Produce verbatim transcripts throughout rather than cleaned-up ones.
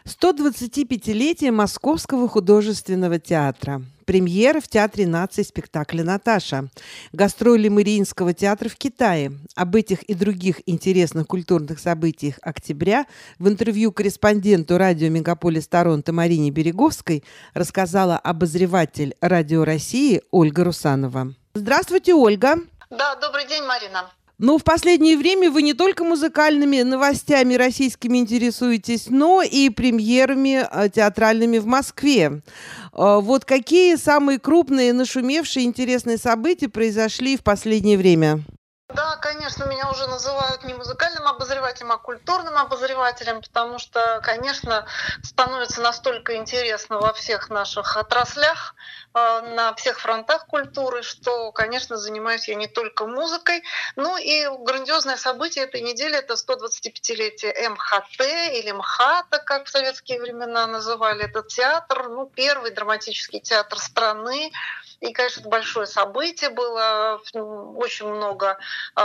сто двадцатипятилетие Московского художественного театра. Премьера в Театре наций спектакля «Наташа». Гастроли Мариинского театра в Китае. Об этих и других интересных культурных событиях октября в интервью корреспонденту радио «Мегаполис Торонто» Марине Береговской рассказала обозреватель «Радио России» Ольга Русанова. Здравствуйте, Ольга. Да, добрый день, Марина. Ну, в последнее время вы не только музыкальными новостями российскими интересуетесь, но и премьерами театральными в Москве. Вот какие самые крупные, нашумевшие, интересные события произошли в последнее время? Да, конечно, меня уже называют не музыкальным обозревателем, а культурным обозревателем, потому что, конечно, становится настолько интересно во всех наших отраслях, на всех фронтах культуры, что, конечно, занимаюсь я не только музыкой. Ну и грандиозное событие этой недели — это сто двадцатипятилетие эм ха тэ или МХАТа, как в советские времена называли этот театр. Ну, первый драматический театр страны. И, конечно, это большое событие было. Очень много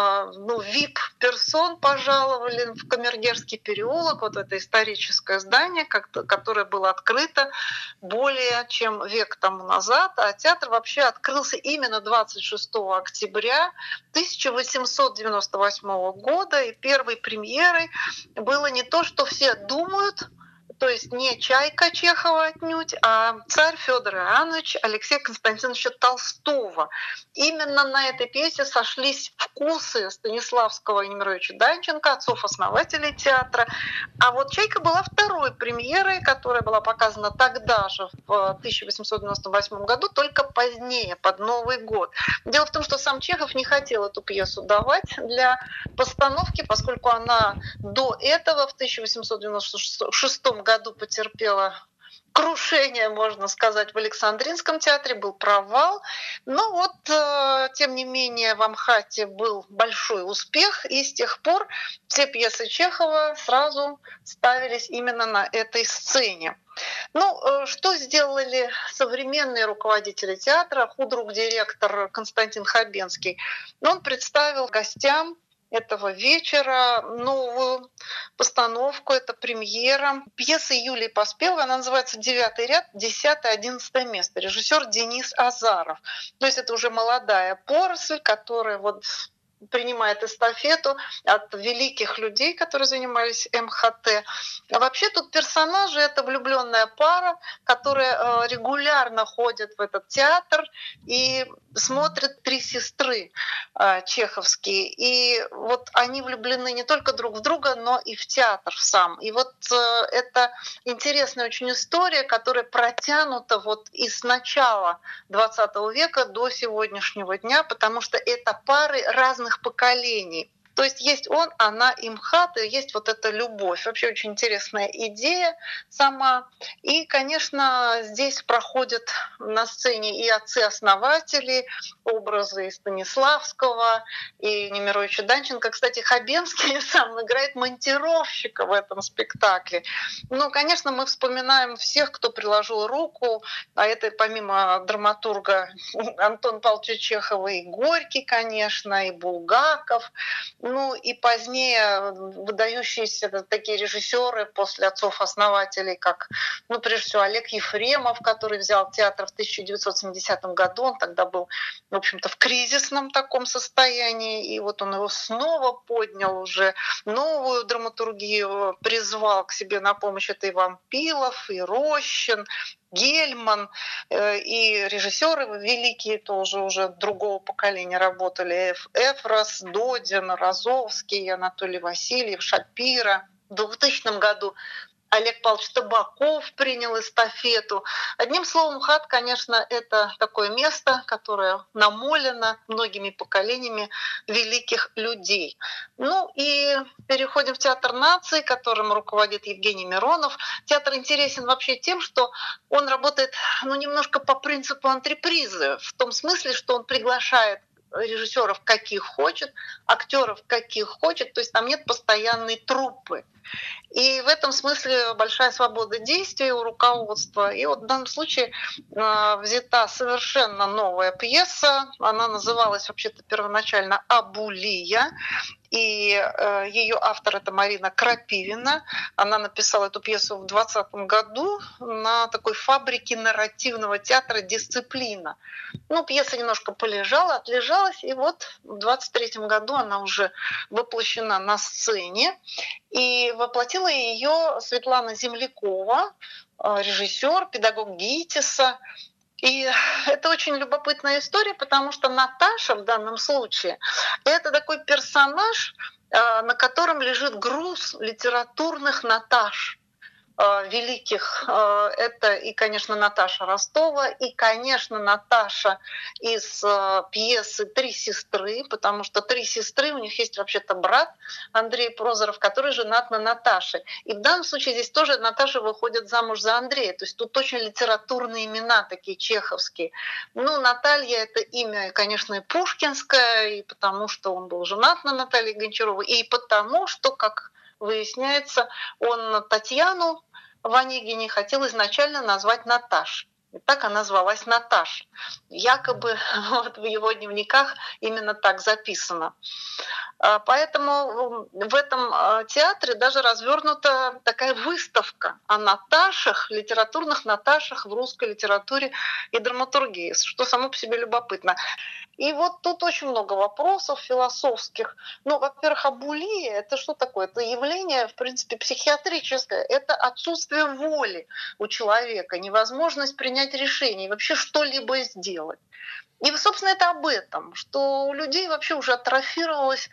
ну, ви ай пи-персон пожаловали в Камергерский переулок, вот это историческое здание, которое было открыто более чем век тому назад. А театр вообще открылся именно двадцать шестого октября тысяча восемьсот девяносто восьмого года. И первой премьерой было не то, что все думают, то есть не «Чайка» Чехова отнюдь, а «Царь Федор Иоаннович» Алексея Константиновича Толстого. Именно на этой пьесе сошлись вкусы Станиславского и Немировича Данченко, отцов-основателей театра. А вот «Чайка» была второй премьерой, которая была показана тогда же, в тысяча восемьсот девяносто восьмом году, только позднее, под Новый год. Дело в том, что сам Чехов не хотел эту пьесу давать для постановки, поскольку она до этого, в тысяча восемьсот девяносто шестом году, потерпела крушение, можно сказать, в Александринском театре, был провал. Но вот, э, тем не менее, в МХАТе был большой успех, и с тех пор все пьесы Чехова сразу ставились именно на этой сцене. Ну, э, что сделали современные руководители театра, худрук-директор Константин Хабенский? Он представил гостям этого вечера новую постановку, это премьера пьесы Юлии Поспеловой, она называется «Девятый ряд, десятое-одиннадцатое место», режиссер Денис Азаров. То есть это уже молодая поросль, которая вот принимает эстафету от великих людей, которые занимались эм ха тэ. А вообще тут персонажи — это влюбленная пара, которая регулярно ходит в этот театр и смотрят «Три сестры» чеховские. И вот они влюблены не только друг в друга, но и в театр сам. И вот это интересная очень история, которая протянута вот из начала двадцатого века до сегодняшнего дня, потому что это пары разных поколений. То есть есть он, она и МХАТ, и есть вот эта любовь. Вообще очень интересная идея сама. И, конечно, здесь проходят на сцене и отцы-основатели, образы и Станиславского, и Немировича Данченко. Кстати, Хабенский сам играет монтировщика в этом спектакле. Ну, конечно, мы вспоминаем всех, кто приложил руку, а это помимо драматурга Антона Павловича Чехова и Горький, конечно, и Булгаков. Ну и позднее выдающиеся такие режиссеры после отцов-основателей, как, ну, прежде всего, Олег Ефремов, который взял театр в тысяча девятьсот семидесятом году. Он тогда был, в общем-то, в кризисном таком состоянии, и вот он его снова поднял, уже новую драматургию призвал к себе на помощь. Это и Вампилов, и Рощин, Гельман, и режиссеры великие тоже уже другого поколения работали. Эфрос, Додин, Розовский, Анатолий Васильев, Шапира. В двухтысячном году Олег Павлович Табаков принял эстафету. Одним словом, МХАТ, конечно, это такое место, которое намолено многими поколениями великих людей. Ну и переходим в Театр наций, которым руководит Евгений Миронов. Театр интересен вообще тем, что он работает, ну, немножко по принципу антрепризы, в том смысле, что он приглашает режиссеров каких хочет, актеров каких хочет, то есть там нет постоянной труппы. И в этом смысле большая свобода действий у руководства. И вот в данном случае э, взята совершенно новая пьеса. Она называлась вообще-то первоначально «Абулия». И э, ее автор — это Марина Крапивина. Она написала эту пьесу в двадцатом году на такой фабрике нарративного театра «Дисциплина». Ну, пьеса немножко полежала, отлежалась, и вот в двадцать третьем году она уже воплощена на сцене. И воплотила ее Светлана Землякова, э, режиссер, педагог ГИТИСа. И это очень любопытная история, потому что Наташа в данном случае — это такой персонаж, э, на котором лежит груз литературных Наташ э, великих. Э, Это и, конечно, Наташа Ростова, и, конечно, Наташа из э, пьесы «Три сестры», потому что «Три сестры», у них есть вообще-то брат Андрей Прозоров, который женат на Наташе. И в данном случае здесь тоже Наташа выходит замуж за Андрея. То есть тут очень литературные имена такие чеховские. Ну, Наталья — это имя, конечно, и пушкинское, и потому что он был женат на Наталье Гончаровой, и потому что, как выясняется, он Татьяну в Онегине хотел изначально назвать Наташей. И так она звалась Наташа. Якобы вот в его дневниках именно так записано. Поэтому в этом театре даже развернута такая выставка о Наташах, литературных Наташах в русской литературе и драматургии, что само по себе любопытно. И вот тут очень много вопросов философских. Ну, во-первых, абулия — это что такое? Это явление, в принципе, психиатрическое. Это отсутствие воли у человека, невозможность принять решение, вообще что-либо сделать. И, собственно, это об этом, что у людей вообще уже атрофировалась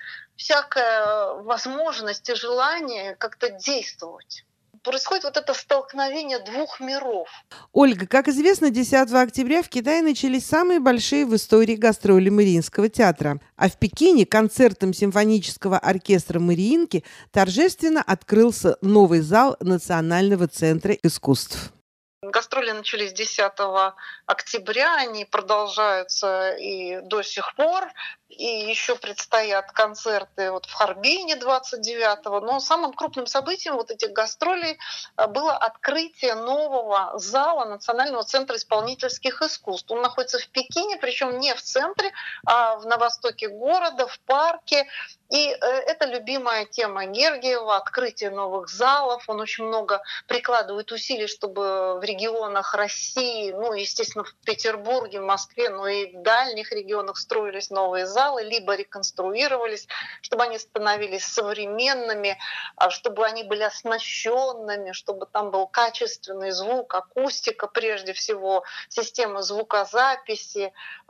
всякая возможность и желание как-то действовать. Происходит вот это столкновение двух миров. Ольга, как известно, десятого октября в Китае начались самые большие в истории гастроли Мариинского театра. А в Пекине концертом симфонического оркестра Мариинки торжественно открылся новый зал Национального центра искусств. Гастроли начались десятого октября, они продолжаются и до сих пор. И еще предстоят концерты вот в Харбине двадцать девятого. Но самым крупным событием вот этих гастролей было открытие нового зала Национального центра исполнительских искусств. Он находится в Пекине, причем не в центре, а на востоке города, в парке. И это любимая тема Гергиева — открытие новых залов. Он очень много прикладывает усилий, чтобы в регионах России, ну, естественно, в Петербурге, в Москве, но и в дальних регионах строились новые залы, либо реконструировались, чтобы они становились современными, чтобы они были оснащенными, чтобы там был качественный звук, акустика прежде всего, система звукозаписи,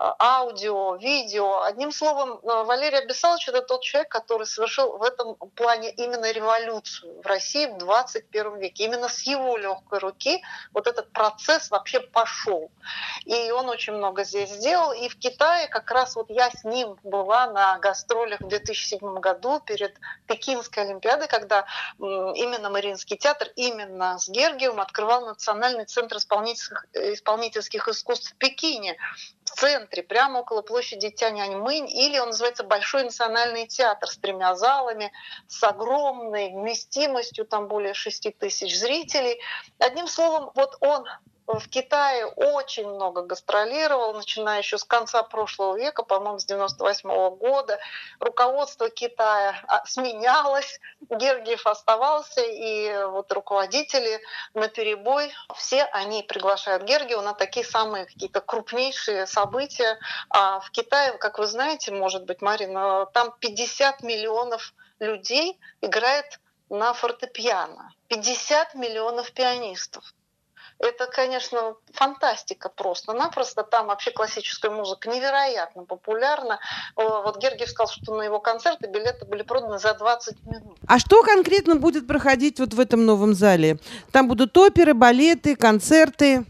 аудио, видео. Одним словом, Валерий Абисалович — это тот человек, который совершил в этом плане именно революцию в России в двадцать первом веке. Именно с его легкой руки вот этот процесс вообще пошел. И он очень много здесь сделал. И в Китае как раз вот я с ним была на гастролях в две тысячи седьмом году перед Пекинской Олимпиадой, когда именно Мариинский театр, именно с Гергиевым открывал Национальный центр исполнительских, исполнительских искусств в Пекине, в центре, прямо около площади Тяньаньмэнь, или он называется Большой национальный театр, с тремя залами, с огромной вместимостью, там более шести тысяч зрителей. Одним словом, вот он в Китае очень много гастролировал, начиная еще с конца прошлого века, по-моему, с девяносто восьмого года. Руководство Китая сменялось, Гергиев оставался, и вот руководители наперебой, все они приглашают Гергиева на такие самые какие-то крупнейшие события. А в Китае, как вы знаете, может быть, Марина, там пятьдесят миллионов людей играет на фортепиано. пятьдесят миллионов пианистов. Это, конечно, фантастика просто-напросто. Там вообще классическая музыка невероятно популярна. Вот Гергиев сказал, что на его концерты билеты были проданы за двадцать минут. А что конкретно будет проходить вот в этом новом зале? Там будут оперы, балеты, концерты?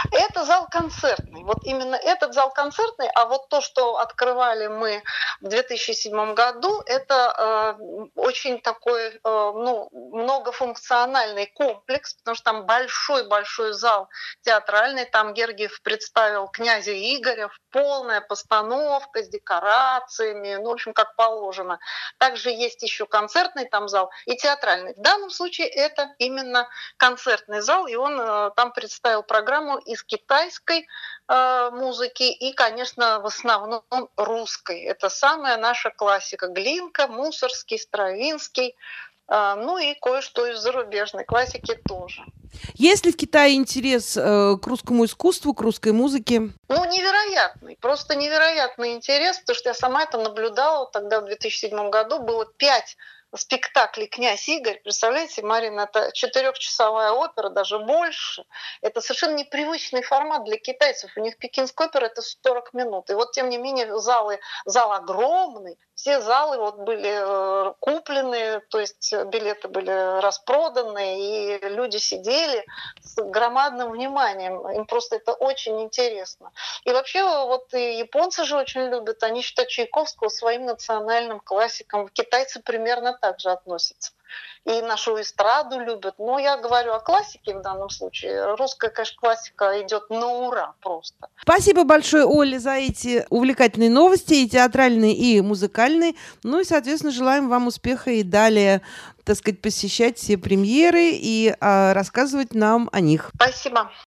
Это зал концертный. Вот именно этот зал концертный, а вот то, что открывали мы в две тысячи седьмом году, это э, очень такой, э, ну, многофункциональный комплекс, потому что там большой-большой зал театральный, там Гергиев представил князя Игоря, полная постановка с декорациями, ну, в общем, как положено. Также есть еще концертный там зал и театральный. В данном случае это именно концертный зал, и он э, там представил программу из китайской э, музыки и, конечно, в основном русской. Это самая наша классика: Глинка, Мусорский, Стравинский, э, ну и кое-что из зарубежной классики тоже. Есть ли в Китае интерес э, к русскому искусству, к русской музыке? Ну, невероятный, просто невероятный интерес, потому что я сама это наблюдала. Тогда в две тысячи седьмом году было пять спектаклей «Князь Игорь». Представляете, Марина, это четырехчасовая опера, даже больше. Это совершенно непривычный формат для китайцев. У них пекинская опера — это сорок минут. И вот, тем не менее, залы, зал огромный, все залы вот были э, куплены, то есть билеты были распроданы, и люди сидели с громадным вниманием. Им просто это очень интересно. И вообще вот и японцы же очень любят, они считают Чайковского своим национальным классиком. Китайцы примерно так же относятся. И нашу эстраду любят. Но я говорю о классике в данном случае. Русская, конечно, классика идет на ура просто. Спасибо большое, Оля, за эти увлекательные новости, и театральные, и музыкальные. Ну и, соответственно, желаем вам успеха и далее, так сказать, посещать все премьеры и а, рассказывать нам о них. Спасибо.